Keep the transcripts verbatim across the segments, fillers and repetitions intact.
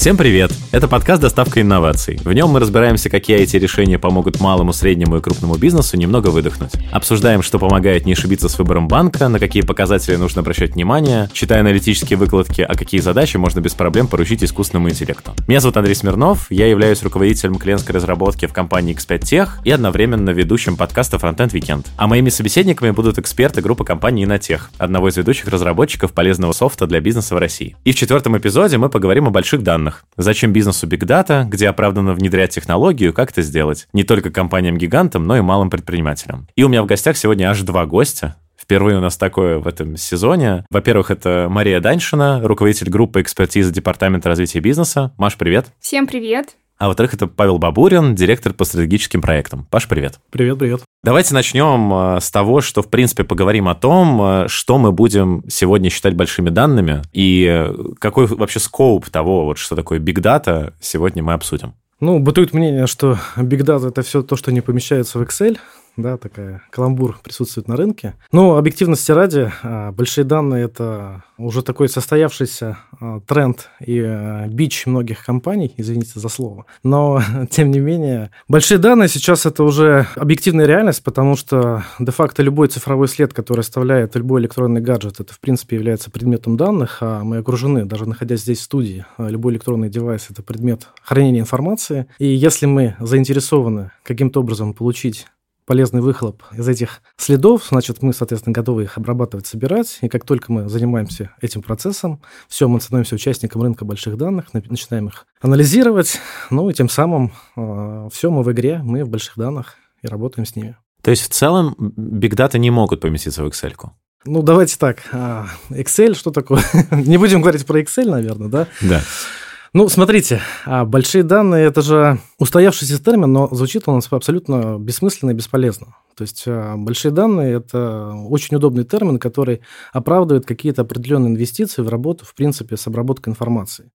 Всем привет! Это подкаст «Доставка инноваций». В нем мы разбираемся, какие ай ти-решения помогут малому, среднему и крупному бизнесу немного выдохнуть. Обсуждаем, что помогает не ошибиться с выбором банка, на какие показатели нужно обращать внимание, читая аналитические выкладки, а какие задачи можно без проблем поручить искусственному интеллекту. Меня зовут Андрей Смирнов, я являюсь руководителем клиентской разработки в компании икс пять тех и одновременно ведущим подкаста Frontend Weekend. А моими собеседниками будут эксперты группы компании Иннотех, одного из ведущих разработчиков полезного софта для бизнеса в России. И в четвертом эпизоде мы поговорим о больших данных. Зачем бизнесу Big Data, где оправданно внедрять технологию, как это сделать? Не только компаниям-гигантам, но и малым предпринимателям. И у меня в гостях сегодня аж два гостя. Впервые у нас такое в этом сезоне. Во-первых, это Мария Даньшина, руководитель группы экспертизы Департамента развития бизнеса. Маш, привет. Всем привет. А во-вторых, это Павел Бабурин, директор по стратегическим проектам. Паш, привет. Привет, привет. Давайте начнем с того, что, в принципе, поговорим о том, что мы будем сегодня считать большими данными и какой вообще скоуп того, вот, что такое Big Data, сегодня мы обсудим. Ну, бытует мнение, что Big Data – это все то, что не помещается в Excel. Да, такая каламбур присутствует на рынке. Но объективности ради, большие данные – это уже такой состоявшийся тренд и бич многих компаний, извините за слово. Но, тем не менее, большие данные сейчас – это уже объективная реальность, потому что де-факто любой цифровой след, который оставляет любой электронный гаджет, это, в принципе, является предметом данных, а мы окружены, даже находясь здесь в студии, любой электронный девайс – это предмет хранения информации. И если мы заинтересованы каким-то образом получить полезный выхлоп из этих следов, значит, мы, соответственно, готовы их обрабатывать, собирать. И как только мы занимаемся этим процессом, все, мы становимся участником рынка больших данных, начинаем их анализировать, ну и тем самым э, все, мы в игре, мы в больших данных и работаем с ними. То есть, в целом, Big Data не могут поместиться в Excel-ку? Ну, давайте так. Excel, что такое? Не будем говорить про Excel, наверное, да? Да. Ну, смотрите, большие данные – это же устоявшийся термин, но звучит он абсолютно бессмысленно и бесполезно. То есть большие данные – это очень удобный термин, который оправдывает какие-то определенные инвестиции в работу, в принципе, с обработкой информации.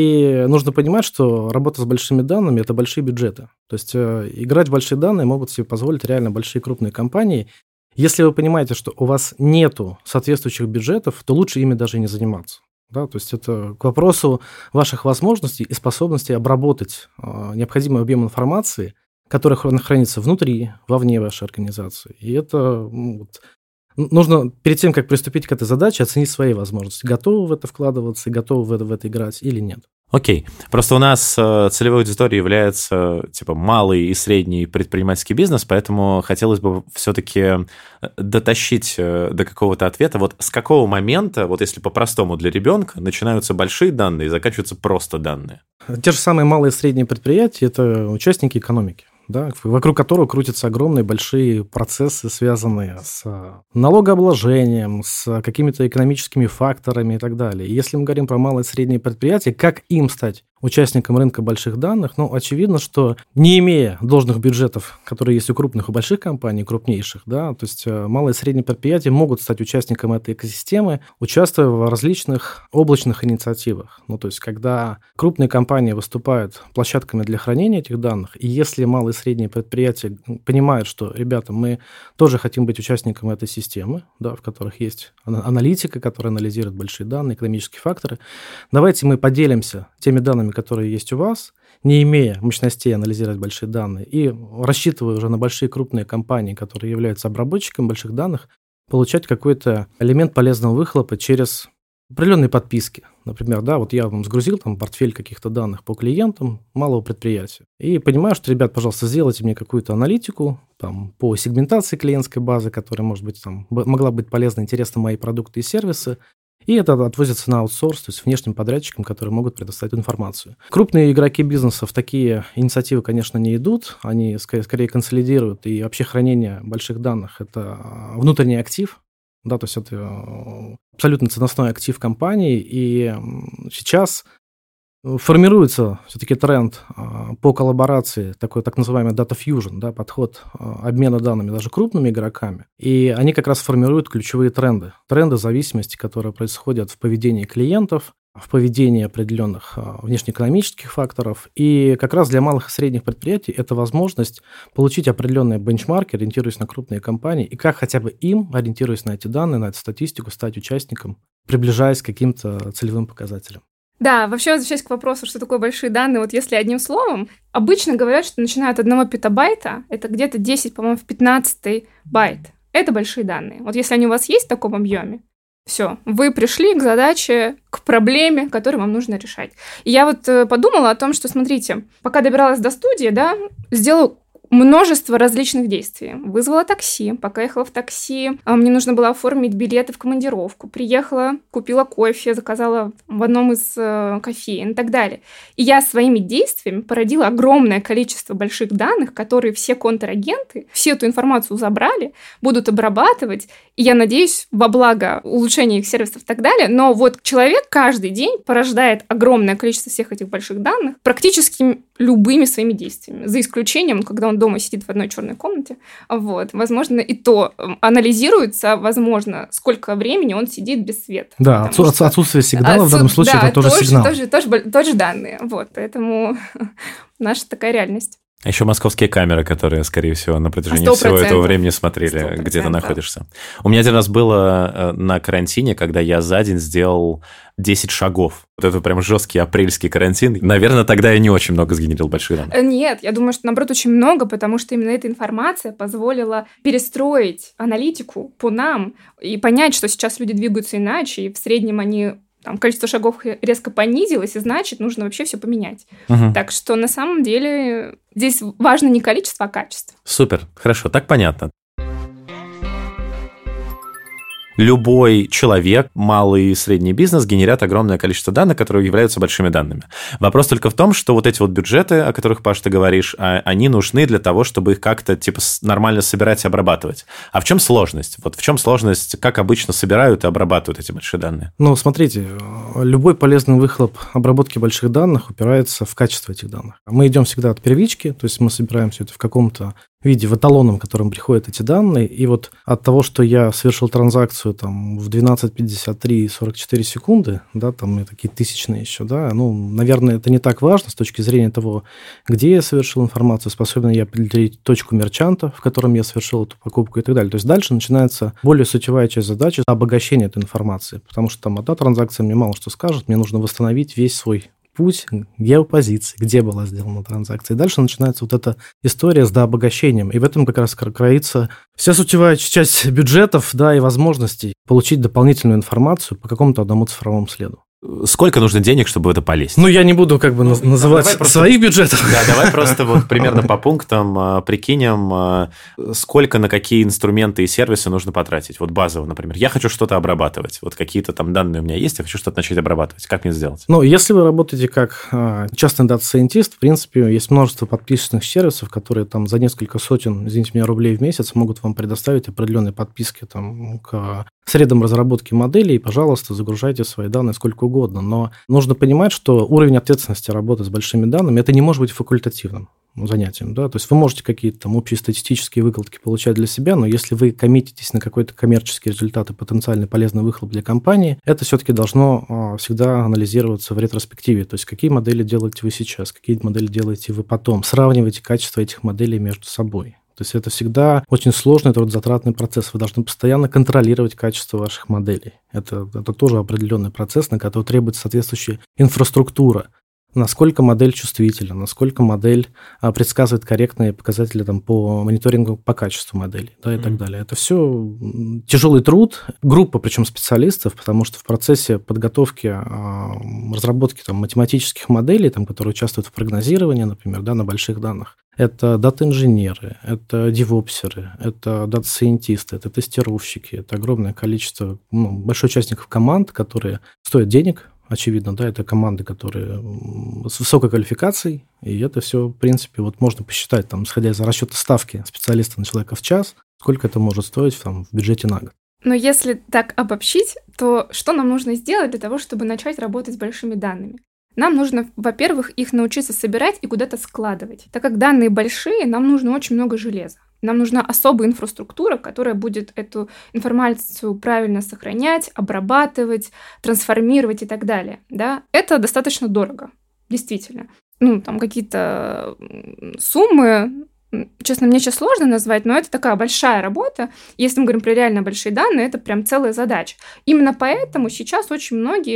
И нужно понимать, что работа с большими данными – это большие бюджеты. То есть играть в большие данные могут себе позволить реально большие крупные компании. Если вы понимаете, что у вас нету соответствующих бюджетов, то лучше ими даже и не заниматься. Да, то есть это к вопросу ваших возможностей и способностей обработать э, необходимый объем информации, который хранится внутри, вовне вашей организации. И это ну, вот, нужно перед тем, как приступить к этой задаче, оценить свои возможности. Готовы в это вкладываться, готовы в это, в это играть или нет. Окей. Просто у нас э, целевой аудиторией является типа малый и средний предпринимательский бизнес, поэтому хотелось бы все-таки дотащить э, до какого-то ответа. Вот с какого момента, вот если по-простому для ребенка, начинаются большие данные и заканчиваются просто данные? Те же самые малые и средние предприятия – это участники экономики. Да, вокруг которого крутятся огромные большие процессы, связанные с налогообложением, с какими-то экономическими факторами и так далее. И если мы говорим про малые и средние предприятия, как им стать участником рынка больших данных, ну, очевидно, что не имея должных бюджетов, которые есть у крупных и больших компаний, крупнейших, да, то есть малые и средние предприятия могут стать участником этой экосистемы, участвуя в различных облачных инициативах. Ну, то есть когда крупные компании выступают площадками для хранения этих данных, и если малые и средние предприятия понимают, что, ребята, мы тоже хотим быть участником этой системы, да, в которых есть аналитика, которая анализирует большие данные, экономические факторы, давайте мы поделимся теми данными, которые есть у вас, не имея мощностей анализировать большие данные и рассчитывая уже на большие крупные компании, которые являются обработчиками больших данных, получать какой-то элемент полезного выхлопа через определенные подписки. Например, да, вот я вам сгрузил там портфель каких-то данных по клиентам малого предприятия и понимаю, что, ребят, пожалуйста, сделайте мне какую-то аналитику там, по сегментации клиентской базы, которая, может быть, там, могла быть полезна, интересна мои продукты и сервисы. И это отвозится на аутсорс, то есть внешним подрядчикам, которые могут предоставить информацию. Крупные игроки бизнеса в такие инициативы, конечно, не идут. Они скорее, скорее консолидируют. И вообще хранение больших данных – это внутренний актив. Да, то есть это абсолютно ценностной актив компании. И сейчас формируется все-таки тренд по коллаборации, такой так называемый data fusion, да, подход обмена данными даже крупными игроками. И они как раз формируют ключевые тренды. Тренды зависимости, которые происходят в поведении клиентов, в поведении определенных внешнеэкономических факторов. И как раз для малых и средних предприятий это возможность получить определенные бенчмарки, ориентируясь на крупные компании, и как хотя бы им, ориентируясь на эти данные, на эту статистику, стать участником, приближаясь к каким-то целевым показателям. Да, вообще, возвращаясь к вопросу, что такое большие данные, вот если одним словом, обычно говорят, что начинают от одного петабайта, это где-то десять, по-моему, в пятнадцатый байт. Это большие данные. Вот если они у вас есть в таком объеме, все, вы пришли к задаче, к проблеме, которую вам нужно решать. И я вот подумала о том, что, смотрите, пока добиралась до студии, да, сделала множество различных действий. Вызвала такси. Пока ехала в такси, мне нужно было оформить билеты в командировку. Приехала, купила кофе, заказала в одном из э, кофеин и так далее. И я своими действиями породила огромное количество больших данных, которые все контрагенты, всю эту информацию забрали, будут обрабатывать. И я надеюсь, во благо улучшения их сервисов и так далее. Но вот человек каждый день порождает огромное количество всех этих больших данных практически любыми своими действиями. За исключением, когда он дома сидит в одной черной комнате, вот, возможно, и то анализируется, возможно, сколько времени он сидит без света. Да, отсу- что... отсутствие сигнала Отсу... в данном случае да, это тоже, тоже сигнал. Тоже, тоже, тоже данные, вот, поэтому наша такая реальность. Еще московские камеры, которые, скорее всего, на протяжении сто процентов всего этого времени смотрели, сто процентов где ты находишься. У меня один раз было на карантине, когда я за день сделал десять шагов. Вот это прям жесткий апрельский карантин. Наверное, тогда я не очень много сгенерил больших данных. Нет, я думаю, что, наоборот, очень много, потому что именно эта информация позволила перестроить аналитику по нам и понять, что сейчас люди двигаются иначе, и в среднем они... Там количество шагов резко понизилось, и значит, нужно вообще все поменять. Угу. Так что на самом деле здесь важно не количество, а качество. Супер, хорошо, так понятно. Любой человек, малый и средний бизнес генерят огромное количество данных, которые являются большими данными. Вопрос только в том, что вот эти вот бюджеты, о которых, Паш, ты говоришь, они нужны для того, чтобы их как-то типа нормально собирать и обрабатывать. А в чем сложность? Вот в чем сложность, как обычно собирают и обрабатывают эти большие данные? Ну, смотрите, любой полезный выхлоп обработки больших данных упирается в качество этих данных. Мы идем всегда от первички, то есть мы собираем все это в каком-то виде, в эталонном, в котором приходят эти данные, и вот от того, что я совершил транзакцию там в двенадцать пятьдесят три сорок четыре секунды, да, там и такие тысячные еще, да, ну, наверное, это не так важно с точки зрения того, где я совершил информацию, способен я определить точку мерчанта, в котором я совершил эту покупку и так далее. То есть дальше начинается более сутевая часть задачи обогащения этой информации, потому что там одна транзакция мне мало что скажет, мне нужно восстановить весь свой путь геопозиции, где была сделана транзакция. И дальше начинается вот эта история с дообогащением. И в этом как раз кроится вся сутевая часть бюджетов, да, и возможностей получить дополнительную информацию по какому-то одному цифровому следу. Сколько нужно денег, чтобы в это полезть? Ну, я не буду как бы ну, называть своих просто... бюджетов. Да, давай просто вот примерно по пунктам прикинем, сколько на какие инструменты и сервисы нужно потратить. Вот базово, например. Я хочу что-то обрабатывать. Вот какие-то там данные у меня есть, я хочу что-то начать обрабатывать. Как мне это сделать? Ну, если вы работаете как частный дата-сайентист, в принципе, есть множество подписочных сервисов, которые там за несколько сотен, извините меня, рублей в месяц могут вам предоставить определенные подписки там, к средам разработки моделей. И, пожалуйста, загружайте свои данные сколько угодно. Но нужно понимать, что уровень ответственности работы с большими данными, это не может быть факультативным занятием. Да? То есть вы можете какие-то там общие статистические выкладки получать для себя, но если вы коммититесь на какой-то коммерческий результат и потенциально полезный выхлоп для компании, это все-таки должно всегда анализироваться в ретроспективе. То есть какие модели делаете вы сейчас, какие модели делаете вы потом. Сравнивайте качество этих моделей между собой. То есть это всегда очень сложный трудозатратный процесс. Вы должны постоянно контролировать качество ваших моделей. Это, это тоже определенный процесс, на который требуется соответствующая инфраструктура. Насколько модель чувствительна, насколько модель а, предсказывает корректные показатели там, по мониторингу по качеству модели, да, и mm-hmm. так далее. Это все тяжелый труд, группа, причем специалистов, потому что в процессе подготовки, а, разработки там, математических моделей, там, которые участвуют в прогнозировании, например, да, на больших данных, это дата-инженеры, это девопсеры, это дата-сайентисты, это тестировщики, это огромное количество, ну, большой участников команд, которые стоят денег. Очевидно, да, это команды, которые с высокой квалификацией, и это все, в принципе, вот можно посчитать, там, исходя из расчета ставки специалиста на человека в час, сколько это может стоить там, в бюджете на год. Но если так обобщить, то что нам нужно сделать для того, чтобы начать работать с большими данными? Нам нужно, во-первых, их научиться собирать и куда-то складывать. Так как данные большие, нам нужно очень много железа. Нам нужна особая инфраструктура, которая будет эту информацию правильно сохранять, обрабатывать, трансформировать и так далее. Да? Это достаточно дорого, действительно. Ну, там какие-то суммы, честно, мне сейчас сложно назвать, но это такая большая работа. Если мы говорим про реально большие данные, это прям целая задача. Именно поэтому сейчас очень многие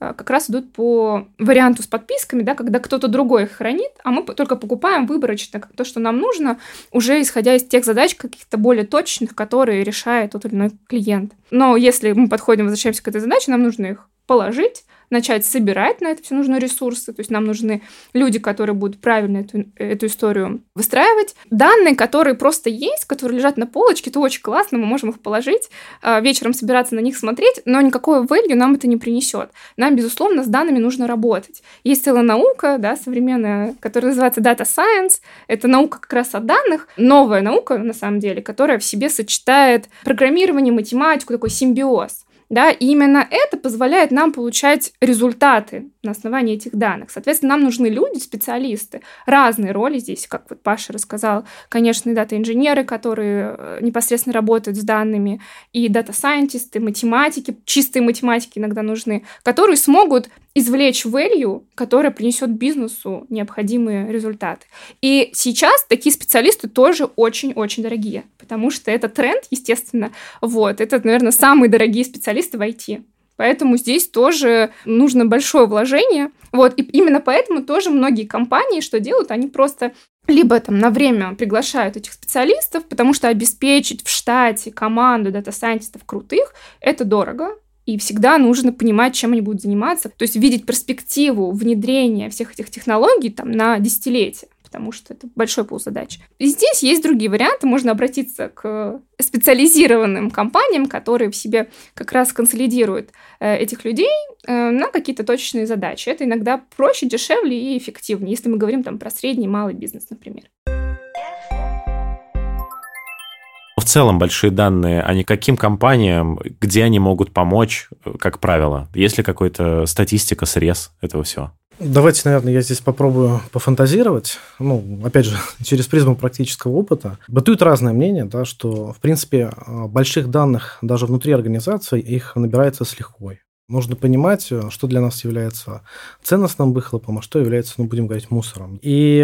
как раз идут по варианту с подписками, да, когда кто-то другой их хранит, а мы только покупаем выборочно то, что нам нужно, уже исходя из тех задач каких-то более точных, которые решает тот или иной клиент. Но если мы подходим, возвращаемся к этой задаче, нам нужно их положить, начать собирать на это все нужны ресурсы, то есть нам нужны люди, которые будут правильно эту, эту историю выстраивать. Данные, которые просто есть, которые лежат на полочке, это очень классно, мы можем их положить, вечером собираться на них смотреть, но никакой value нам это не принесет. Нам, безусловно, с данными нужно работать. Есть целая наука, да, современная, которая называется Data Science. Это наука как раз о данных, новая наука, на самом деле, которая в себе сочетает программирование, математику, такой симбиоз. Да, и именно это позволяет нам получать результаты на основании этих данных. Соответственно, нам нужны люди, специалисты, разные роли здесь, как вот Паша рассказал, конечно, и дата-инженеры, которые непосредственно работают с данными, и дата-сайентисты, математики, чистые математики иногда нужны, которые смогут извлечь value, которая принесет бизнесу необходимые результаты. И сейчас такие специалисты тоже очень-очень дорогие, потому что это тренд, естественно. Вот, это, наверное, самые дорогие специалисты в ай ти. Поэтому здесь тоже нужно большое вложение. Вот, и именно поэтому тоже многие компании что делают? Они просто либо там на время приглашают этих специалистов, потому что обеспечить в штате команду дата-сайентистов крутых – это дорого. И всегда нужно понимать, чем они будут заниматься. То есть видеть перспективу внедрения всех этих технологий там, на десятилетия, потому что это большой пул задач. И здесь есть другие варианты. Можно обратиться к специализированным компаниям, которые в себе как раз консолидируют э, этих людей э, на какие-то точечные задачи. Это иногда проще, дешевле и эффективнее, если мы говорим там, про средний и малый бизнес, например. В целом, большие данные, они каким компаниям, где они могут помочь, как правило? Есть ли какая-то статистика, срез этого всего? Давайте, наверное, я здесь попробую пофантазировать. Ну, опять же, через призму практического опыта. Бытует разное мнение, да, что, в принципе, больших данных даже внутри организации их набирается с лихвой. Нужно понимать, что для нас является ценностным выхлопом, а что является, ну, будем говорить, мусором. И,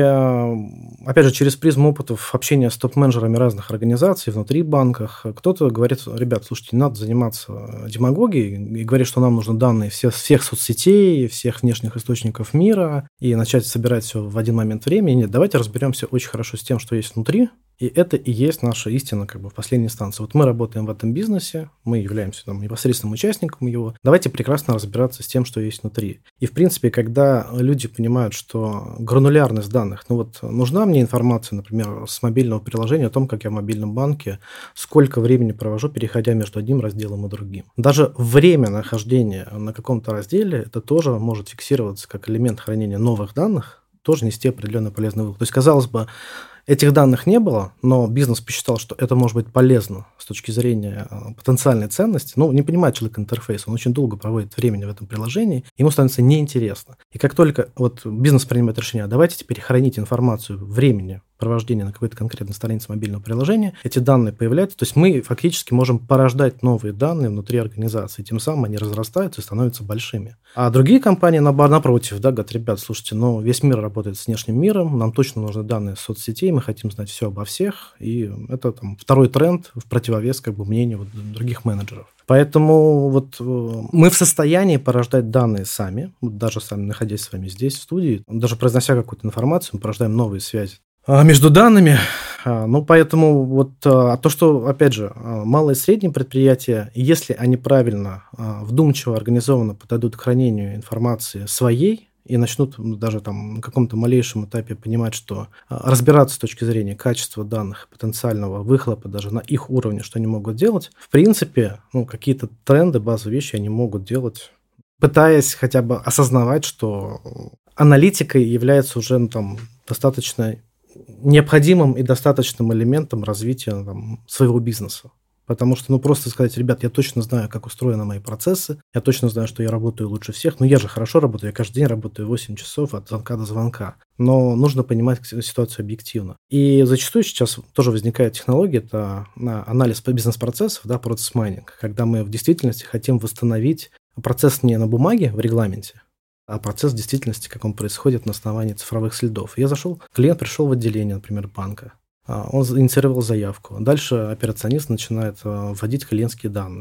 опять же, через призму опытов общения с топ-менеджерами разных организаций внутри банков, кто-то говорит: ребят, слушайте, не надо заниматься демагогией и говорить, что нам нужны данные всех, всех соцсетей, всех внешних источников мира, и начать собирать все в один момент времени. Нет, давайте разберемся очень хорошо с тем, что есть внутри. И это и есть наша истина, как бы, в последней инстанции. Вот мы работаем в этом бизнесе, мы являемся там непосредственным участником его. Давайте прекрасно разбираться с тем, что есть внутри. И, в принципе, когда люди понимают, что гранулярность данных, ну вот нужна мне информация, например, с мобильного приложения о том, как я в мобильном банке, сколько времени провожу, переходя между одним разделом и другим. Даже время нахождения на каком-то разделе, это тоже может фиксироваться как элемент хранения новых данных, тоже нести определенный полезный выход. То есть, казалось бы, этих данных не было, но бизнес посчитал, что это может быть полезно с точки зрения потенциальной ценности. Ну, не понимает человек интерфейс, он очень долго проводит времени в этом приложении, ему становится неинтересно. И как только вот бизнес принимает решение: а давайте теперь хранить информацию времени провождения на какой-то конкретной странице мобильного приложения, эти данные появляются. То есть мы фактически можем порождать новые данные внутри организации, тем самым они разрастаются и становятся большими. А другие компании, напротив, да, говорят: ребят, слушайте, ну, весь мир работает с внешним миром, нам точно нужны данные с соцсетей, мы хотим знать все обо всех, и это там второй тренд в противовес, как бы, мнению вот других менеджеров. Поэтому вот мы в состоянии порождать данные сами, вот даже сами находясь с вами здесь, в студии, даже произнося какую-то информацию, мы порождаем новые связи между данными. Ну, поэтому вот то, что, опять же, малые и средние предприятия, если они правильно, вдумчиво, организованно подойдут к хранению информации своей и начнут даже там на каком-то малейшем этапе понимать, что разбираться с точки зрения качества данных, потенциального выхлопа даже на их уровне, что они могут делать, в принципе, ну, какие-то тренды, базовые вещи они могут делать, пытаясь хотя бы осознавать, что аналитика является уже, ну, там, достаточно необходимым и достаточным элементом развития там своего бизнеса. Потому что, ну, просто сказать: ребят, я точно знаю, как устроены мои процессы, я точно знаю, что я работаю лучше всех, но я же хорошо работаю, я каждый день работаю восемь часов от звонка до звонка. Но нужно понимать ситуацию объективно. И зачастую сейчас тоже возникает технология, это анализ бизнес-процессов, да, процесс-майнинг, когда мы в действительности хотим восстановить процесс не на бумаге в регламенте, а процесс в действительности, как он происходит на основании цифровых следов. Я зашел, клиент пришел в отделение, например, банка, он инициировал заявку. Дальше операционист начинает вводить клиентские данные.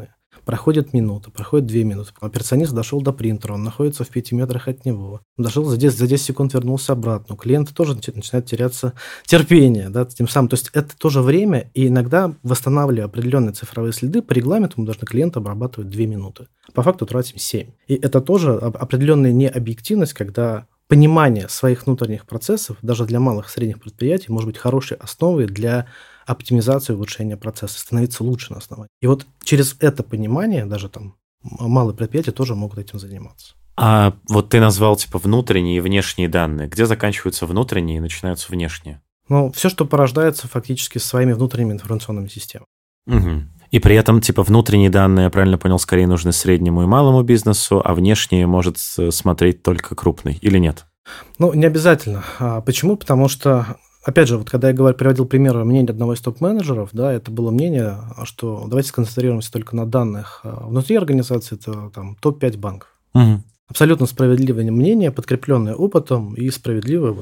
Проходит минута, проходит две минуты. Операционист дошел до принтера, он находится в пяти метрах от него. Дошел за десять, за десять секунд, вернулся обратно. У клиента тоже начинает теряться терпение. Да, тем самым. То есть это тоже время, и иногда, восстанавливая определенные цифровые следы, по регламенту мы должны клиента обрабатывать две минуты. По факту тратим семь. И это тоже определенная необъективность, когда понимание своих внутренних процессов даже для малых и средних предприятий может быть хорошей основой для оптимизации и улучшения процесса, становиться лучше на основании. И вот через это понимание даже там малые предприятия тоже могут этим заниматься. А вот ты назвал типа внутренние и внешние данные. Где заканчиваются внутренние и начинаются внешние? Ну, все, что порождается фактически своими внутренними информационными системами. Угу. И при этом, типа, внутренние данные, я правильно понял, скорее нужны среднему и малому бизнесу, а внешние может смотреть только крупный, или нет? Ну, не обязательно. А почему? Потому что, опять же, вот когда я говорил, приводил пример мнения одного из топ-менеджеров, да, это было мнение, что давайте сконцентрируемся только на данных внутри организации, это там топ пять банков. Угу. Абсолютно справедливое мнение, подкрепленное опытом и справедливое.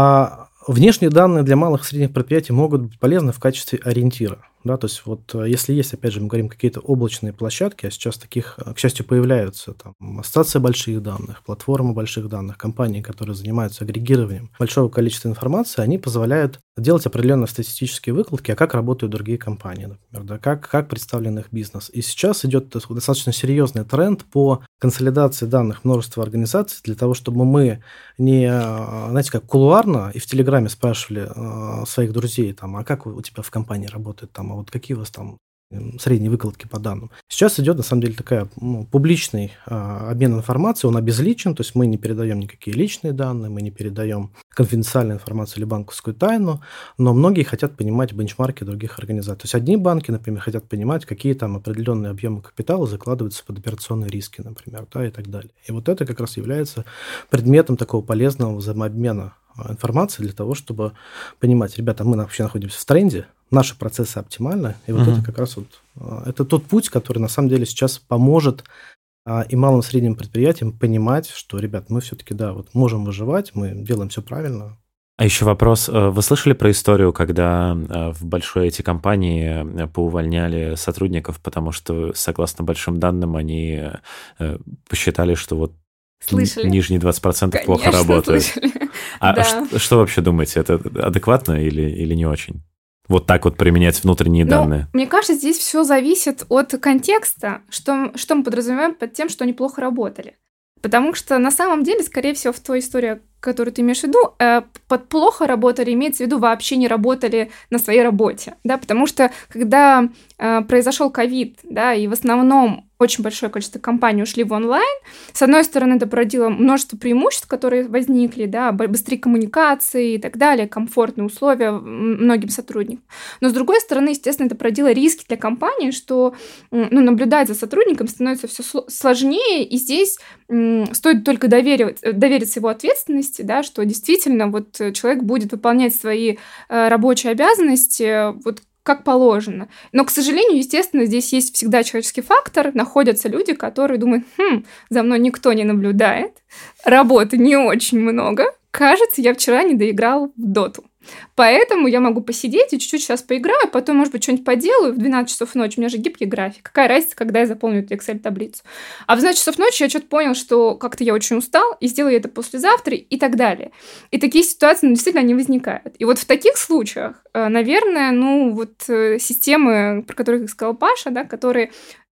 А внешние данные для малых и средних предприятий могут быть полезны в качестве ориентира. Да, то есть вот если есть, опять же, мы говорим, какие-то облачные площадки, а сейчас таких, к счастью, появляются, там, ассоциация больших данных, платформа больших данных, компании, которые занимаются агрегированием большого количества информации, они позволяют делать определенные статистические выкладки, а как работают другие компании, например, да, как, как представлен их бизнес. И сейчас идет достаточно серьезный тренд по консолидации данных множества организаций для того, чтобы мы не, знаете, как кулуарно и в Телеграме спрашивали э, своих друзей, там, а как у тебя в компании работает, там, а вот какие у вас там средние выкладки по данным. Сейчас идет, на самом деле, такая ну, публичный а, обмен информацией, он обезличен, то есть мы не передаем никакие личные данные, мы не передаем конфиденциальную информацию или банковскую тайну, но многие хотят понимать бенчмарки других организаций. То есть одни банки, например, хотят понимать, какие там определенные объемы капитала закладываются под операционные риски, например, да, и так далее. И вот это как раз является предметом такого полезного взаимообмена информации для того, чтобы понимать, ребята, мы вообще находимся в тренде, наши процессы оптимальны, и вот uh-huh. это как раз вот, это тот путь, который на самом деле сейчас поможет а, и малым и средним предприятиям понимать, что, ребят, мы все-таки, да, вот можем выживать, мы делаем все правильно. А еще вопрос. Вы слышали про историю, когда в большой ай ти-компании поувольняли сотрудников, потому что, согласно большим данным, они посчитали, что вот Слышали. Нижние двадцать процентов Конечно, плохо работают. Слышали. А да. что, что вообще думаете, это адекватно или, или не очень? Вот так вот применять внутренние ну, данные? Мне кажется, здесь все зависит от контекста, что, что мы подразумеваем под тем, что они плохо работали. Потому что на самом деле, скорее всего, в той истории, которую ты имеешь в виду, э, под плохо работали, имеется в виду, вообще не работали на своей работе, да, потому что когда э, произошел ковид, да, и в основном очень большое количество компаний ушли в онлайн, с одной стороны, это породило множество преимуществ, которые возникли, да, быстрее коммуникации и так далее, комфортные условия многим сотрудникам, но с другой стороны, естественно, это породило риски для компании, что ну, наблюдать за сотрудником становится все сложнее, и здесь м, стоит только доверить, довериться его ответственности, да, что действительно вот человек будет выполнять свои э, рабочие обязанности вот как положено. Но, к сожалению, естественно, здесь есть всегда человеческий фактор. Находятся люди, которые думают, хм, за мной никто не наблюдает, работы не очень много. Кажется, я вчера не доиграл в доту. Поэтому я могу посидеть и чуть-чуть сейчас поиграю, потом, может быть, что-нибудь поделаю в двенадцать часов ночи. У меня же гибкий график. Какая разница, когда я заполню эту Excel-таблицу? А в двенадцать часов ночи я что-то понял, что как-то я очень устал, и сделаю это послезавтра, и так далее. И такие ситуации, ну, действительно, они возникают. И вот в таких случаях, наверное, ну, вот системы, про которые сказал Паша, да, которые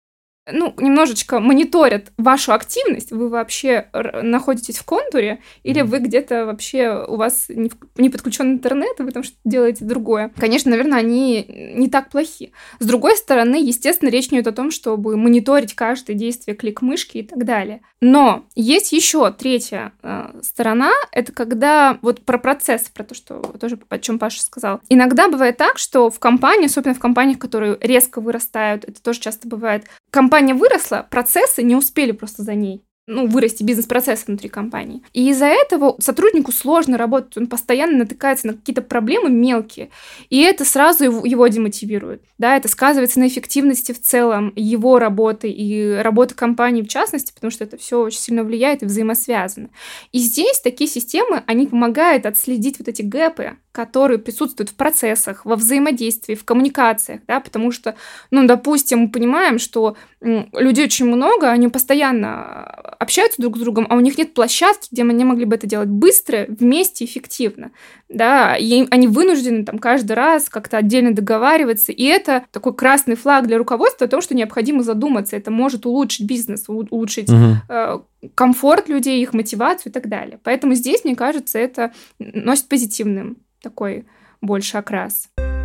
ну, немножечко мониторят вашу активность, вы вообще находитесь в контуре, или вы где-то вообще, у вас не, не подключен интернет, и вы там что-то делаете другое. Конечно, наверное, они не так плохи. С другой стороны, естественно, речь не идет о том, чтобы мониторить каждое действие, клик мышки и так далее. Но есть еще третья э, сторона, это когда вот про процесс, про то, что тоже о чем Паша сказал. Иногда бывает так, что в компании, особенно в компаниях, которые резко вырастают, это тоже часто бывает, компания выросла, процессы не успели просто за ней. Ну, вырасти бизнес-процессы внутри компании. И из-за этого сотруднику сложно работать, он постоянно натыкается на какие-то проблемы мелкие, и это сразу его, его демотивирует. Да, это сказывается на эффективности в целом его работы и работы компании в частности, потому что это все очень сильно влияет и взаимосвязано. И здесь такие системы, они помогают отследить вот эти гэпы, которые присутствуют в процессах, во взаимодействии, в коммуникациях, да, потому что, ну, допустим, мы понимаем, что людей очень много, они постоянно общаются друг с другом, а у них нет площадки, где они могли бы это делать быстро, вместе, эффективно, да, и они вынуждены там каждый раз как-то отдельно договариваться, и это такой красный флаг для руководства о том, что необходимо задуматься, это может улучшить бизнес, улучшить угу. э, комфорт людей, их мотивацию и так далее. Поэтому здесь, мне кажется, это носит позитивным такой больше окрас.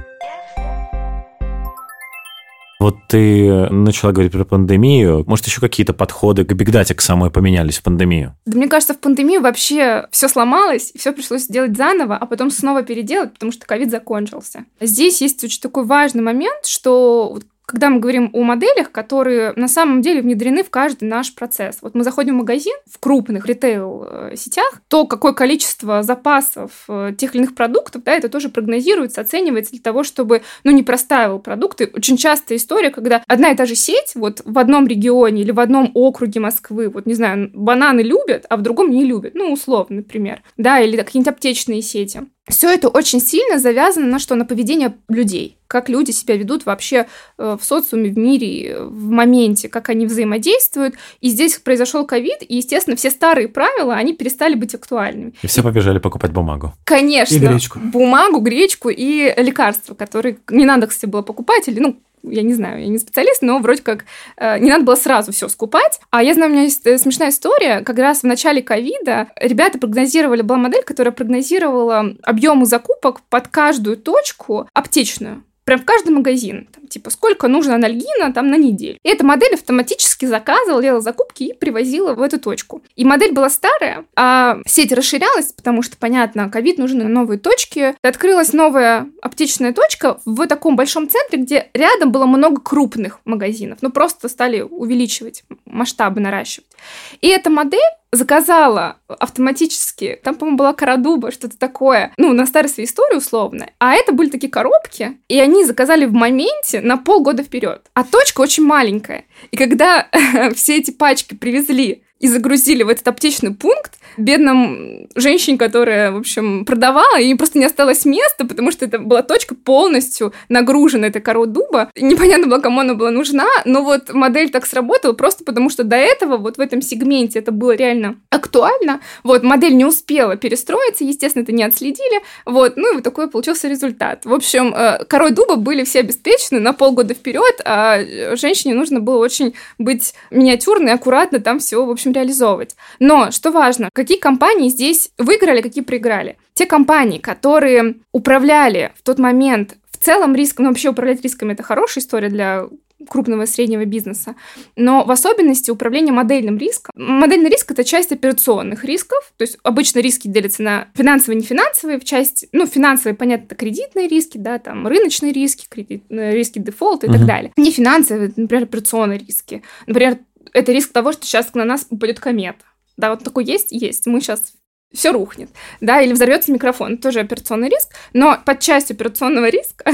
Вот ты начала говорить про пандемию. Может, еще какие-то подходы к бигдате к самой поменялись в пандемию? Да мне кажется, в пандемию вообще все сломалось, и все пришлось делать заново, а потом снова переделать, потому что ковид закончился. Здесь есть очень такой важный момент, что когда мы говорим о моделях, которые на самом деле внедрены в каждый наш процесс. Вот мы заходим в магазин в крупных ритейл-сетях, то какое количество запасов тех или иных продуктов, да, это тоже прогнозируется, оценивается для того, чтобы, ну, не простаивал продукты. Очень частая история, когда одна и та же сеть вот в одном регионе или в одном округе Москвы, вот, не знаю, бананы любят, а в другом не любят, ну, условно, например, да, или какие-нибудь аптечные сети. Все это очень сильно завязано на что? На поведение людей. Как люди себя ведут вообще в социуме, в мире, в моменте, как они взаимодействуют. И здесь произошел ковид, и, естественно, все старые правила, они перестали быть актуальными. И все побежали покупать бумагу. Конечно. И гречку. Бумагу, гречку и лекарства, которые не надо, кстати, было покупать, или, ну, я не знаю, я не специалист, но вроде как э, не надо было сразу все скупать. А я знаю, у меня есть смешная история. Как раз в начале ковида ребята прогнозировали, была модель, которая прогнозировала объемы закупок под каждую точку аптечную. Прям в каждый магазин. Там, типа, сколько нужно анальгина там, на неделю. И эта модель автоматически заказывала, делала закупки и привозила в эту точку. И модель была старая, а сеть расширялась, потому что, понятно, ковид, нужны новые точки. И открылась новая аптечная точка в таком большом центре, где рядом было много крупных магазинов. Ну, просто стали увеличивать масштабы, наращивать. И эта модель заказала автоматически, там, по-моему, была кора дуба, что-то такое, ну, на старости истории условно, а это были такие коробки, и они заказали в моменте на полгода вперед. А точка очень маленькая. И когда все эти пачки привезли и загрузили в этот аптечный пункт, бедным женщине, которая, в общем, продавала, ей просто не осталось места, потому что это была точка полностью нагружена этой корой дуба. Непонятно было, кому она была нужна, но вот модель так сработала просто потому, что до этого вот в этом сегменте это было реально актуально. Вот, модель не успела перестроиться, естественно, это не отследили. Вот, ну и вот такой получился результат. В общем, корой дуба были все обеспечены на полгода вперед, а женщине нужно было очень быть миниатюрной, аккуратно там все, в общем, реализовывать. Но, что важно, какие компании здесь выиграли, какие проиграли? Те компании, которые управляли в тот момент в целом риском, ну, вообще управлять рисками – это хорошая история для крупного и среднего бизнеса, но в особенности управление модельным риском. Модельный риск – это часть операционных рисков, то есть обычно риски делятся на финансовые и нефинансовые, в часть, ну, финансовые, понятно, это кредитные риски, да, там, рыночные риски, кредит, риски дефолта и uh-huh. так далее. Нефинансовые, например, операционные риски. Например, это риск того, что сейчас на нас упадет комета. Да, вот такой есть, есть. Мы сейчас все рухнет, да, или взорвется микрофон. Это тоже операционный риск, но под частью операционного риска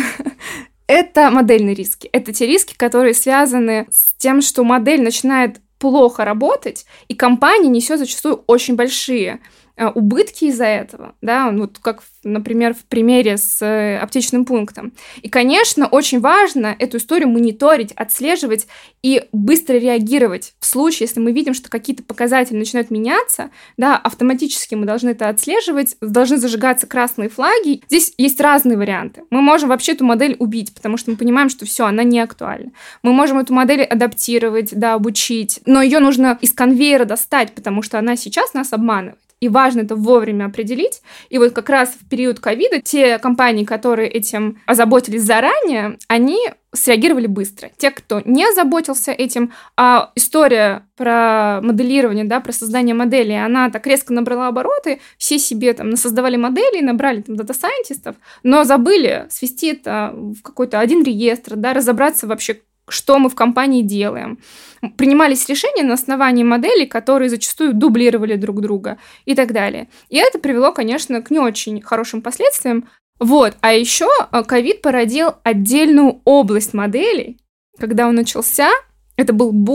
это модельные риски. Это те риски, которые связаны с тем, что модель начинает плохо работать, и компания несет зачастую очень большие убытки из-за этого, да, вот как, например, в примере с аптечным пунктом. И, конечно, очень важно эту историю мониторить, отслеживать и быстро реагировать в случае, если мы видим, что какие-то показатели начинают меняться, да, автоматически мы должны это отслеживать, должны зажигаться красные флаги. Здесь есть разные варианты. Мы можем вообще эту модель убить, потому что мы понимаем, что все, она не актуальна. Мы можем эту модель адаптировать, да, обучить, но ее нужно из конвейера достать, потому что она сейчас нас обманывает. И важно это вовремя определить. И вот как раз в период ковида те компании, которые этим озаботились заранее, они среагировали быстро. Те, кто не озаботился этим, а история про моделирование, да, про создание моделей, она так резко набрала обороты, все себе там насоздавали модели, набрали там дата-сайентистов, но забыли свести это в какой-то один реестр, да, разобраться вообще, что мы в компании делаем. Принимались решения на основании моделей, которые зачастую дублировали друг друга и так далее. И это привело, конечно, к не очень хорошим последствиям. Вот. А еще ковид породил отдельную область моделей. Когда он начался, это был бум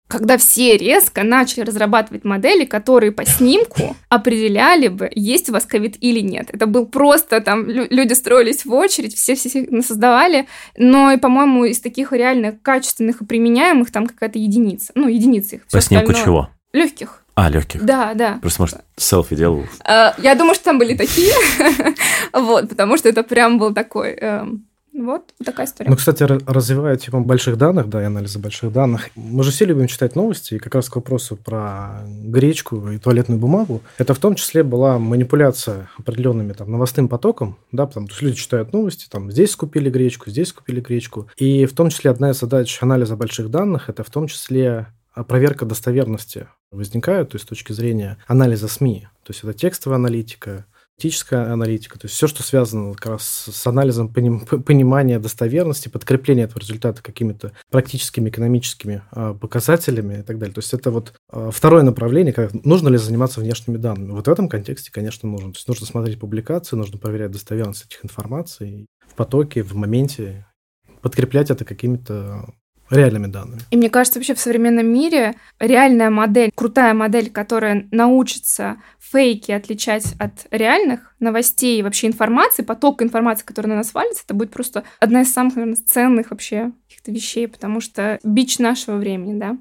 когда все резко начали разрабатывать модели, которые по снимку определяли бы, есть у вас ковид или нет. Это был просто там, люди строились в очередь, все-все создавали, но и, по-моему, из таких реально качественных и применяемых там какая-то единица, ну, единицы их. По снимку чего? Легких. А, легких. Да, да. Просто, может, селфи делал? Я думаю, что там были такие, вот, потому что это прям был такой... Вот такая история. Ну, кстати, развивая тему больших данных, да, и анализа больших данных, мы же все любим читать новости, и как раз к вопросу про гречку и туалетную бумагу, это в том числе была манипуляция определенными там новостным потоком, да, потому что люди читают новости, там, здесь скупили гречку, здесь скупили гречку, и в том числе одна из задач анализа больших данных, это в том числе проверка достоверности возникает, то есть с точки зрения анализа СМИ, то есть это текстовая аналитика, политическая аналитика, то есть все, что связано как раз с анализом понимания достоверности, подкрепления этого результата какими-то практическими экономическими показателями и так далее. То есть это вот второе направление, как нужно ли заниматься внешними данными. Вот в этом контексте, конечно, нужно. То есть нужно смотреть публикации, нужно проверять достоверность этих информаций в потоке, в моменте, подкреплять это какими-то реальными данными. И мне кажется, вообще в современном мире реальная модель, крутая модель, которая научится фейки отличать от реальных новостей и вообще информации, поток информации, который на нас валится, это будет просто одна из самых, наверное, ценных вообще каких-то вещей, потому что бич нашего времени, да.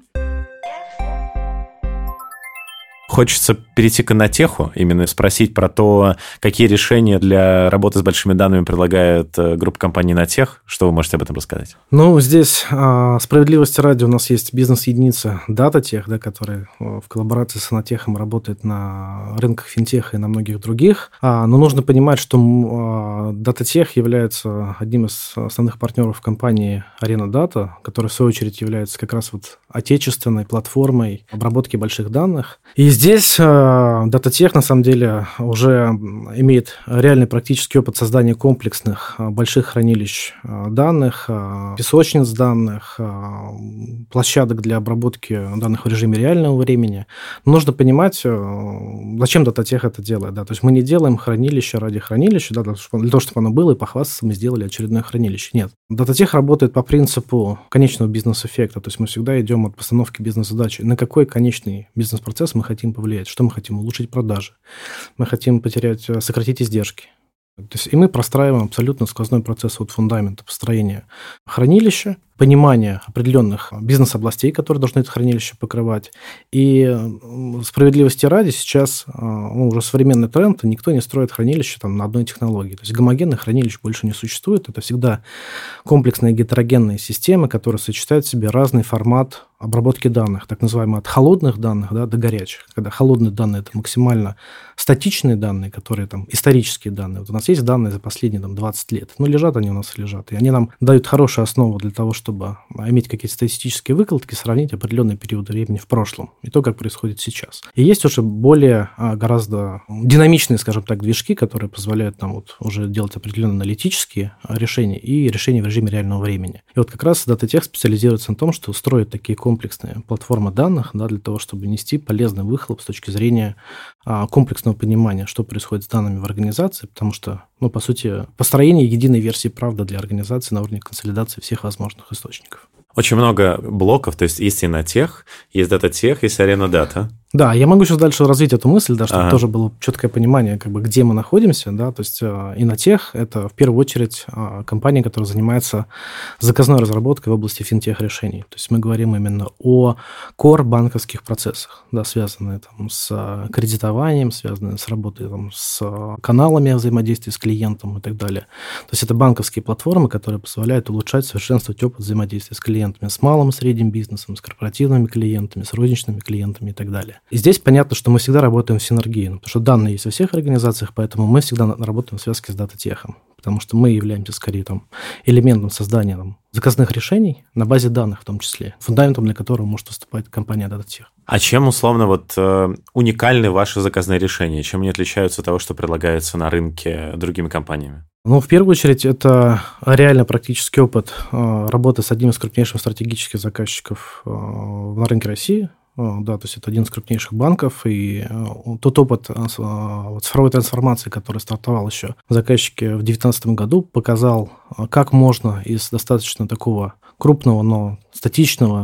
Хочется перейти к инотеху, именно спросить про то, какие решения для работы с большими данными предлагает группа компаний Инотех. Что вы можете об этом рассказать? Ну, здесь а, справедливости ради у нас есть бизнес-единица DataTech, да, которая в коллаборации с Инотехом работает на рынках финтеха и на многих других. А, но нужно понимать, что а, DataTech является одним из основных партнеров компании Arena Data, которая, в свою очередь, является как раз вот отечественной платформой обработки больших данных. И здесь DataTech, на самом деле, уже имеет реальный практический опыт создания комплексных больших хранилищ данных, песочниц данных, площадок для обработки данных в режиме реального времени. Но нужно понимать, зачем DataTech это делает. Да? То есть мы не делаем хранилище ради хранилища, да, для того, чтобы оно было, и похвастаться мы сделали очередное хранилище. Нет. DataTech работает по принципу конечного бизнес-эффекта. То есть мы всегда идем от постановки бизнес-задачи. На какой конечный бизнес-процесс мы хотим повлиять? Что мы хотим? Улучшить продажи. Мы хотим потерять, сократить издержки. То есть, и мы простраиваем абсолютно сквозной процесс от фундамента построения хранилища, понимания определенных бизнес-областей, которые должны это хранилище покрывать. И справедливости ради сейчас ну, уже современный тренд, никто не строит хранилище там, на одной технологии. То есть гомогенных хранилищ больше не существует. Это всегда комплексные гетерогенные системы, которые сочетают в себе разный формат обработки данных, так называемые от холодных данных, да, до горячих. Когда холодные данные – это максимально статичные данные, которые там исторические данные. Вот у нас есть данные за последние там, двадцать лет. Ну, лежат они у нас лежат. И они нам дают хорошую основу для того, чтобы чтобы иметь какие-то статистические выкладки, сравнить определенные периоды времени в прошлом и то, как происходит сейчас. И есть уже более гораздо динамичные, скажем так, движки, которые позволяют нам вот уже делать определенные аналитические решения и решения в режиме реального времени. И вот как раз DataTech специализируется на том, что строит такие комплексные платформы данных, да, для того, чтобы нести полезный выхлоп с точки зрения комплексного понимания, что происходит с данными в организации, потому что, ну, по сути, построение единой версии правды для организации на уровне консолидации всех возможных источников. Очень много блоков, то есть есть Инотех, есть DataTech, есть Arena Data. Да, я могу сейчас дальше развить эту мысль, да, чтобы ага. тоже было четкое понимание, как бы, где мы находимся. Да, то есть Инотех – это в первую очередь компания, которая занимается заказной разработкой в области финтех-решений. То есть мы говорим именно о кор-банковских процессах, да, связанные там, с кредитованием, связанные с работой там, с каналами взаимодействия с клиентом и так далее. То есть это банковские платформы, которые позволяют улучшать, совершенствовать опыт взаимодействия с клиентами, с малым и средним бизнесом, с корпоративными клиентами, с розничными клиентами и так далее. И здесь понятно, что мы всегда работаем в синергии, потому что данные есть во всех организациях, поэтому мы всегда работаем в связке с DataTech, потому что мы являемся скорее там, элементом создания там, заказных решений на базе данных в том числе, фундаментом для которого может выступать компания DataTech. А чем, условно, вот э, уникальны ваши заказные решения? Чем они отличаются от того, что предлагается на рынке другими компаниями? Ну, в первую очередь, это реально практический опыт э, работы с одним из крупнейших стратегических заказчиков э, на рынке России. Да, то есть это один из крупнейших банков, и тот опыт цифровой трансформации, который стартовал еще в заказчике в две тысячи девятнадцатом году, показал, как можно из достаточно такого крупного, но статичного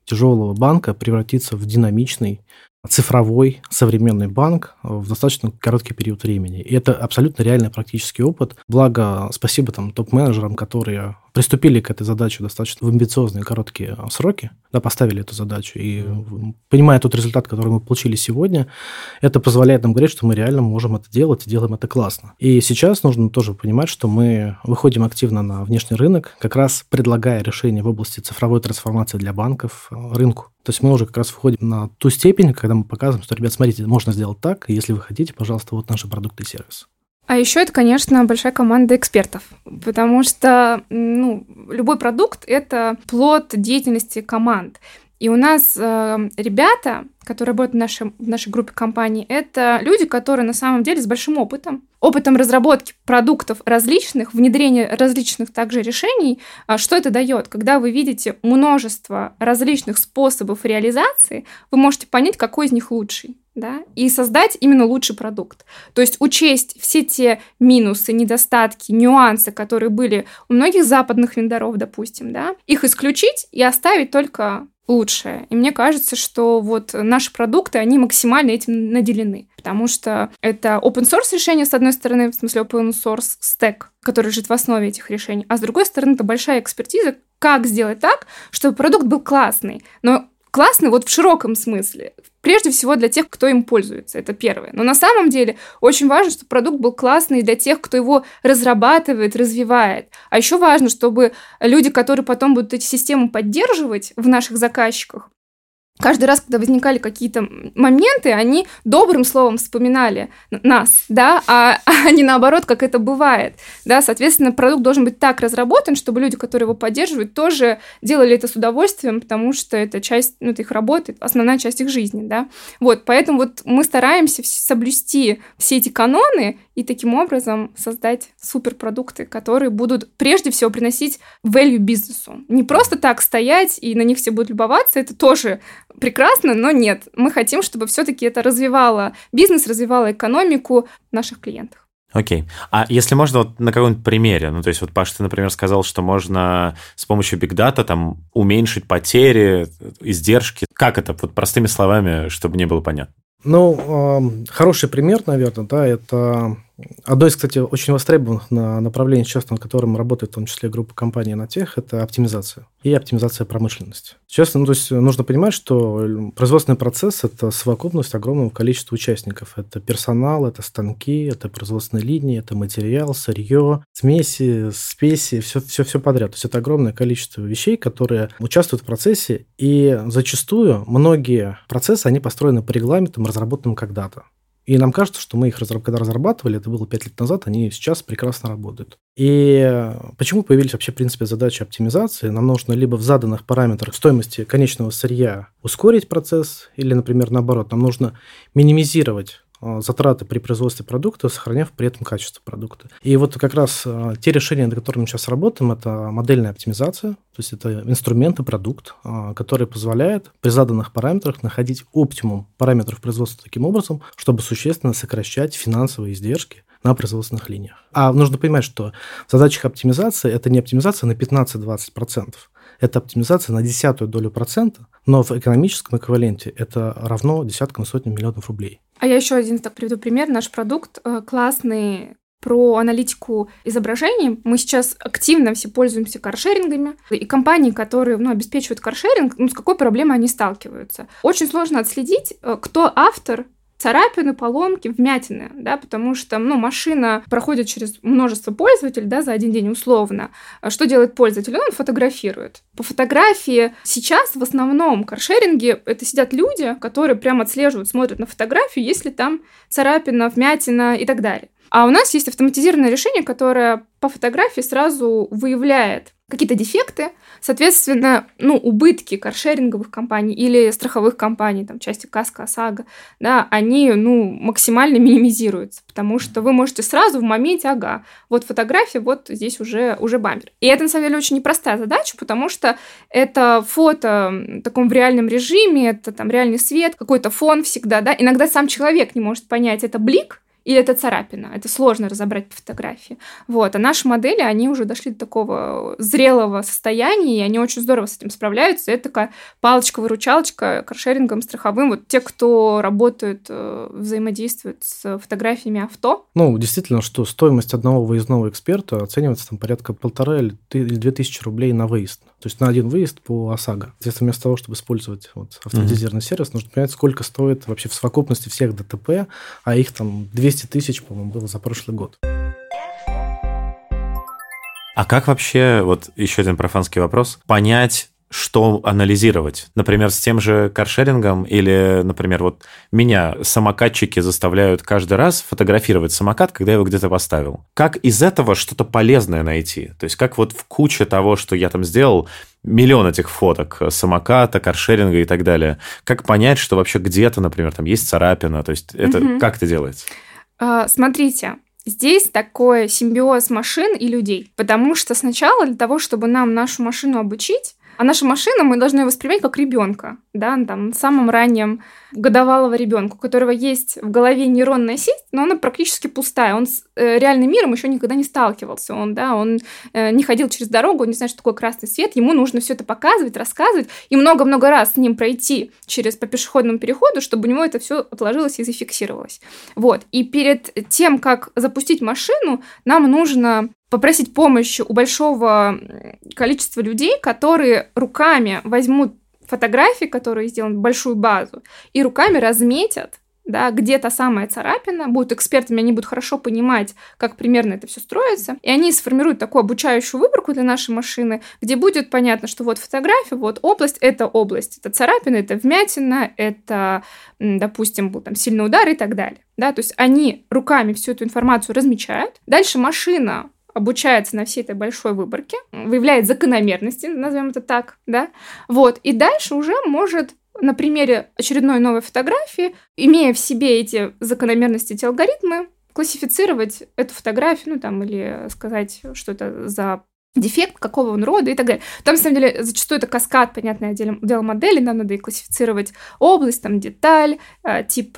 тяжелого банка превратиться в динамичный, цифровой, современный банк в достаточно короткий период времени. И это абсолютно реальный практический опыт. Благо, спасибо там топ-менеджерам, которые приступили к этой задаче достаточно в амбициозные короткие сроки, да, поставили эту задачу. И понимая тот результат, который мы получили сегодня, это позволяет нам говорить, что мы реально можем это делать и делаем это классно. И сейчас нужно тоже понимать, что мы выходим активно на внешний рынок, как раз предлагая решения в области цифровой трансформации для банков рынку. То есть мы уже как раз входим на ту степень, когда мы показываем, что, ребят, смотрите, можно сделать так, и если вы хотите, пожалуйста, вот наши продукты и сервисы. А еще это, конечно, большая команда экспертов, потому что ну, любой продукт – это плод деятельности команд. И у нас э, ребята, которые работают в нашей, в нашей группе компаний, это люди, которые на самом деле с большим опытом, опытом разработки продуктов различных, внедрения различных также решений. Что это дает? Когда вы видите множество различных способов реализации, вы можете понять, какой из них лучший, да, и создать именно лучший продукт. То есть учесть все те минусы, недостатки, нюансы, которые были у многих западных вендоров, допустим, да, их исключить и оставить только лучшее. И мне кажется, что вот наши продукты, они максимально этим наделены, потому что это open source решение, с одной стороны, в смысле open source stack, который лежит в основе этих решений, а с другой стороны, это большая экспертиза, как сделать так, чтобы продукт был классный, но классный вот в широком смысле. Прежде всего для тех, кто им пользуется, это первое. Но на самом деле очень важно, чтобы продукт был классный для тех, кто его разрабатывает, развивает. А еще важно, чтобы люди, которые потом будут эти системы поддерживать в наших заказчиках, каждый раз, когда возникали какие-то моменты, они добрым словом вспоминали нас, да, а, а не наоборот, как это бывает, да, соответственно, продукт должен быть так разработан, чтобы люди, которые его поддерживают, тоже делали это с удовольствием, потому что это часть, ну, это их работы, основная часть их жизни, да, вот, поэтому вот мы стараемся соблюсти все эти каноны и таким образом создать суперпродукты, которые будут прежде всего приносить value бизнесу, не просто так стоять и на них все будут любоваться, это тоже прекрасно, но нет. Мы хотим, чтобы все-таки это развивало бизнес, развивало экономику наших клиентов. Окей. А если можно вот на каком-нибудь примере, ну, то есть вот, Паша, ты, например, сказал, что можно с помощью Big Data там уменьшить потери, издержки. Как это, вот простыми словами, чтобы не было понятно? Ну, э, хороший пример, наверное, да, это одно из, кстати, очень востребованных направлений, сейчас над которым работает в том числе группа компаний Натех, это оптимизация и оптимизация промышленности. Честно, ну, то есть нужно понимать, что производственный процесс – это совокупность огромного количества участников. Это персонал, это станки, это производственные линии, это материал, сырье, смеси, спеси, все, все, все подряд. То есть это огромное количество вещей, которые участвуют в процессе, и зачастую многие процессы, они построены по регламентам, разработанным когда-то. И нам кажется, что мы их, когда разрабатывали, это было пять лет назад, они сейчас прекрасно работают. И почему появились вообще, в принципе, задачи оптимизации? Нам нужно либо в заданных параметрах стоимости конечного сырья ускорить процесс, или, например, наоборот, нам нужно минимизировать затраты при производстве продукта, сохраняв при этом качество продукта. И вот как раз те решения, над которыми мы сейчас работаем, это модельная оптимизация, то есть это инструмент и продукт, который позволяет при заданных параметрах находить оптимум параметров производства таким образом, чтобы существенно сокращать финансовые издержки на производственных линиях. А нужно понимать, что в задачах оптимизации это не оптимизация на пятнадцать-двадцать процентов, это оптимизация на десятую долю процента, но в экономическом эквиваленте это равно десяткам, сотням миллионов рублей. А я еще один так приведу пример. Наш продукт классный про аналитику изображений. Мы сейчас активно все пользуемся каршерингами, и компании, которые ну, обеспечивают каршеринг, ну, с какой проблемой они сталкиваются. Очень сложно отследить, кто автор царапины, поломки, вмятины, да, потому что, ну, машина проходит через множество пользователей, да, за один день условно. Что делает пользователь? Он фотографирует. По фотографии сейчас в основном каршеринге это сидят люди, которые прямо отслеживают, смотрят на фотографию, есть ли там царапина, вмятина и так далее. А у нас есть автоматизированное решение, которое по фотографии сразу выявляет какие-то дефекты, соответственно, ну, убытки каршеринговых компаний или страховых компаний, там, части Каско, ОСАГО, да, они, ну, максимально минимизируются, потому что вы можете сразу в моменте, ага, вот фотография, вот здесь уже, уже бампер. И это, на самом деле, очень непростая задача, потому что это фото в таком в реальном режиме, это там реальный свет, какой-то фон всегда, да, иногда сам человек не может понять, это блик и это царапина. Это сложно разобрать по фотографии. Вот. А наши модели, они уже дошли до такого зрелого состояния, и они очень здорово с этим справляются. Это такая палочка-выручалочка каршерингом, страховым. Вот те, кто работают, взаимодействуют с фотографиями авто. Ну, действительно, что стоимость одного выездного эксперта оценивается там порядка полтора или две тысячи рублей на выезд. То есть на один выезд по ОСАГО. Соответственно, вместо того, чтобы использовать вот, автоматизированный mm-hmm. сервис, нужно понять, сколько стоит вообще в совокупности всех ДТП, а их там двести тысяч, по-моему, было за прошлый год. А как вообще, вот еще один профанский вопрос, понять, что анализировать? Например, с тем же каршерингом или, например, вот меня самокатчики заставляют каждый раз фотографировать самокат, когда я его где-то поставил. Как из этого что-то полезное найти? То есть как вот в куче того, что я там сделал, миллион этих фоток самоката, каршеринга и так далее. Как понять, что вообще где-то, например, там есть царапина? То есть это угу. как это делается? А, смотрите. Здесь такой симбиоз машин и людей, потому что сначала для того, чтобы нам нашу машину обучить, а наша машина, мы должны воспринимать как ребенка, да, там, самым раннем годовалого ребенка, у которого есть в голове нейронная сеть, но она практически пустая. Он с э, реальным миром еще никогда не сталкивался. Он, да, он э, не ходил через дорогу, он не знает, что такое красный свет. Ему нужно все это показывать, рассказывать и много-много раз с ним пройти через по пешеходному переходу, чтобы у него это все отложилось и зафиксировалось. Вот. И перед тем, как запустить машину, нам нужно попросить помощи у большого количества людей, которые руками возьмут фотографии, которые сделаны в большую базу, и руками разметят, да, где та самая царапина, будут экспертами, они будут хорошо понимать, как примерно это все строится, и они сформируют такую обучающую выборку для нашей машины, где будет понятно, что вот фотография, вот область, это область, это царапина, это вмятина, это, допустим, был там сильный удар и так далее, да, то есть они руками всю эту информацию размечают, дальше машина обучается на всей этой большой выборке, выявляет закономерности, назовем это так, да, вот, и дальше уже может на примере очередной новой фотографии, имея в себе эти закономерности, эти алгоритмы, классифицировать эту фотографию, ну, там, или сказать, что это за дефект, какого он рода и так далее. Там, на самом деле, зачастую это каскад, понятное дело, модели, нам надо и классифицировать область, там, деталь, тип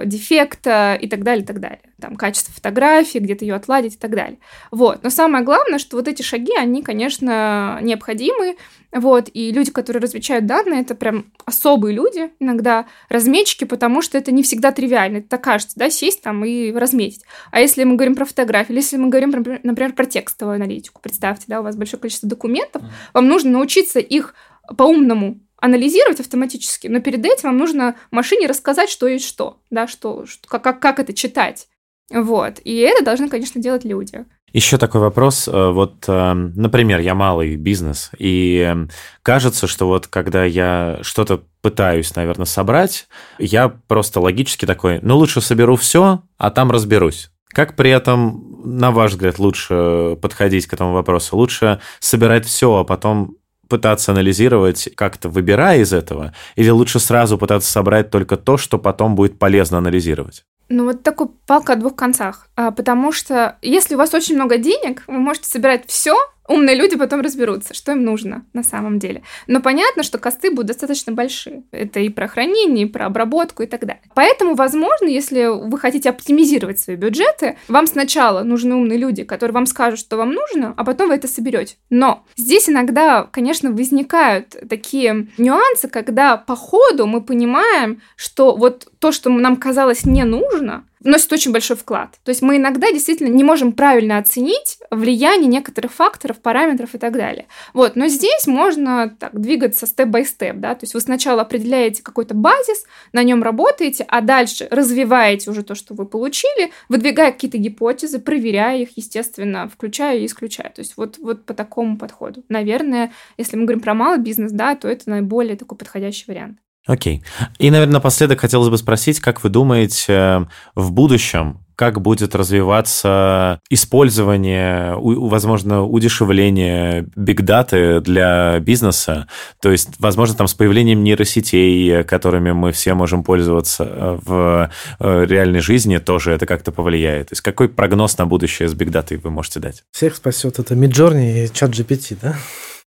дефекта и так далее, и так далее. Там, качество фотографии, где-то ее отладить и так далее. Вот. Но самое главное, что вот эти шаги, они, конечно, необходимы, вот, и люди, которые размечают данные, это прям особые люди, иногда разметчики, потому что это не всегда тривиально, это так кажется, да, сесть там и разметить. А если мы говорим про фотографии, или если мы говорим, например, про текстовую аналитику, представьте, да, у вас большое количество документов, вам нужно научиться их по-умному анализировать автоматически, но перед этим вам нужно машине рассказать, что есть что, да, что, что как, как это читать. Вот. И это должны, конечно, делать люди. Еще такой вопрос. Вот, например, я малый бизнес, и кажется, что вот когда я что-то пытаюсь, наверное, собрать, я просто логически такой, ну, лучше соберу все, а там разберусь. Как при этом, на ваш взгляд, лучше подходить к этому вопросу? Лучше собирать все, а потом пытаться анализировать, как-то выбирая из этого, или лучше сразу пытаться собрать только то, что потом будет полезно анализировать? Ну, вот такой палка о двух концах. А, потому что если у вас очень много денег, вы можете собирать все, умные люди потом разберутся, что им нужно на самом деле. Но понятно, что косты будут достаточно большие. Это и про хранение, и про обработку, и так далее. Поэтому, возможно, если вы хотите оптимизировать свои бюджеты, вам сначала нужны умные люди, которые вам скажут, что вам нужно, а потом вы это соберете. Но здесь иногда, конечно, возникают такие нюансы, когда по ходу мы понимаем, что вот то, что нам казалось не нужно, вносит очень большой вклад. То есть мы иногда действительно не можем правильно оценить влияние некоторых факторов, параметров и так далее. Вот. Но здесь можно так двигаться степ-бай-степ, да, то есть вы сначала определяете какой-то базис, на нем работаете, а дальше развиваете уже то, что вы получили, выдвигая какие-то гипотезы, проверяя их, естественно, включая и исключая. То есть вот, вот по такому подходу. Наверное, если мы говорим про малый бизнес, да, то это наиболее такой подходящий вариант. Окей. И, наверное, напоследок хотелось бы спросить, как вы думаете, в будущем, как будет развиваться использование, возможно, удешевление бигдаты для бизнеса? То есть, возможно, там с появлением нейросетей, которыми мы все можем пользоваться в реальной жизни, тоже это как-то повлияет. То есть, какой прогноз на будущее с бигдатой вы можете дать? Всех спасет это Midjourney и ChatGPT, да?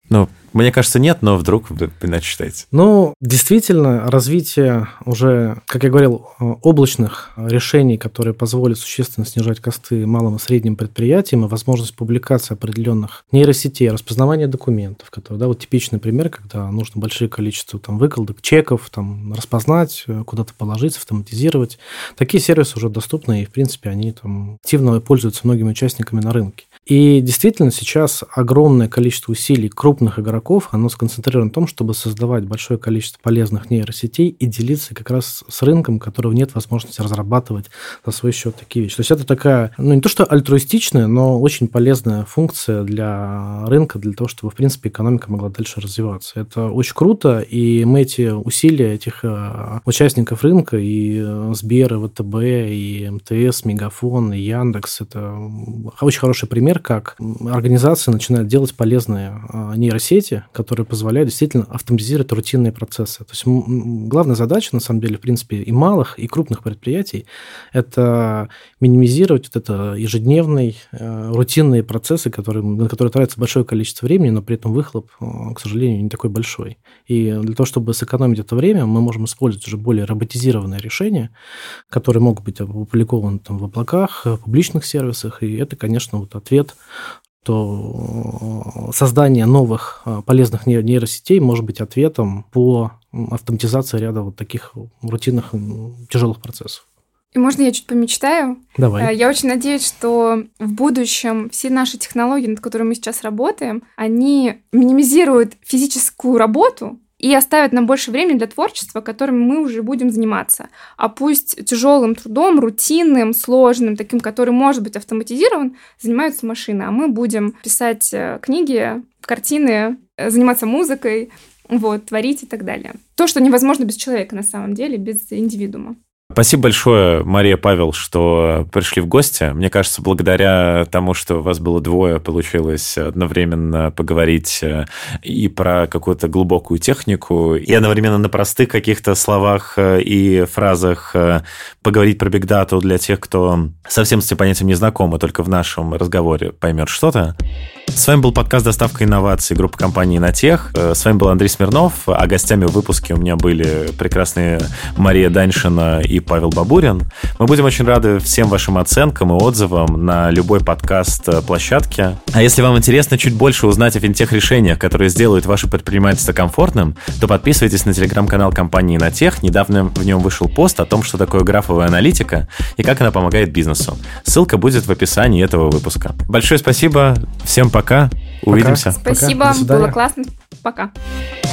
Ну, мне кажется, нет, но вдруг вы иначе считаете. Ну, действительно, развитие уже, как я говорил, облачных решений, которые позволят существенно снижать косты малым и средним предприятиям, и возможность публикации определенных нейросетей, распознавания документов, которые, да, вот типичный пример, когда нужно большое количество там выкладок, чеков, там распознать, куда-то положить, автоматизировать. Такие сервисы уже доступны, и, в принципе, они там активно пользуются многими участниками на рынке. И действительно сейчас огромное количество усилий крупных игроков, оно сконцентрировано на том, чтобы создавать большое количество полезных нейросетей и делиться как раз с рынком, у которого нет возможности разрабатывать за свой счет такие вещи. То есть это такая, ну не то что альтруистичная, но очень полезная функция для рынка, для того, чтобы, в принципе, экономика могла дальше развиваться. Это очень круто, и мы эти усилия этих участников рынка, и Сбер, и ВТБ, и МТС, Мегафон, и Яндекс, это очень хороший пример, как организации начинают делать полезные нейросети, которые позволяют действительно автоматизировать рутинные процессы. То есть главная задача, на самом деле, в принципе, и малых, и крупных предприятий – это минимизировать вот это ежедневные рутинные процессы, которые, на которые тратится большое количество времени, но при этом выхлоп, к сожалению, не такой большой. И для того, чтобы сэкономить это время, мы можем использовать уже более роботизированные решения, которые могут быть опубликованы там в облаках, в публичных сервисах, и это, конечно, вот ответ, то создание новых полезных нейросетей может быть ответом по автоматизации ряда вот таких рутинных тяжелых процессов. И можно я чуть помечтаю? Давай. Я очень надеюсь, что в будущем все наши технологии, над которыми мы сейчас работаем, они минимизируют физическую работу и оставят нам больше времени для творчества, которым мы уже будем заниматься. А пусть тяжелым трудом, рутинным, сложным, таким, который может быть автоматизирован, занимаются машины, а мы будем писать книги, картины, заниматься музыкой, вот, творить и так далее. То, что невозможно без человека на самом деле, без индивидуума. Спасибо большое, Мария, Павел, что пришли в гости. Мне кажется, благодаря тому, что вас было двое, получилось одновременно поговорить и про какую-то глубокую технику, и одновременно на простых каких-то словах и фразах поговорить про Big Data для тех, кто совсем с этим понятием не знаком, и только в нашем разговоре поймет что-то. С вами был подкаст «Доставка инноваций» группы компании «Натех». С вами был Андрей Смирнов, а гостями в выпуске у меня были прекрасные Мария Даньшина и Павел Бабурин. Мы будем очень рады всем вашим оценкам и отзывам на любой подкаст-площадке. А если вам интересно чуть больше узнать о финтех-решениях, которые сделают ваше предпринимательство комфортным, то подписывайтесь на телеграм-канал компании «Натех». Недавно в нем вышел пост о том, что такое графовая аналитика и как она помогает бизнесу. Ссылка будет в описании этого выпуска. Большое спасибо, всем пока. Пока. Увидимся. Спасибо, пока. было классно. Пока.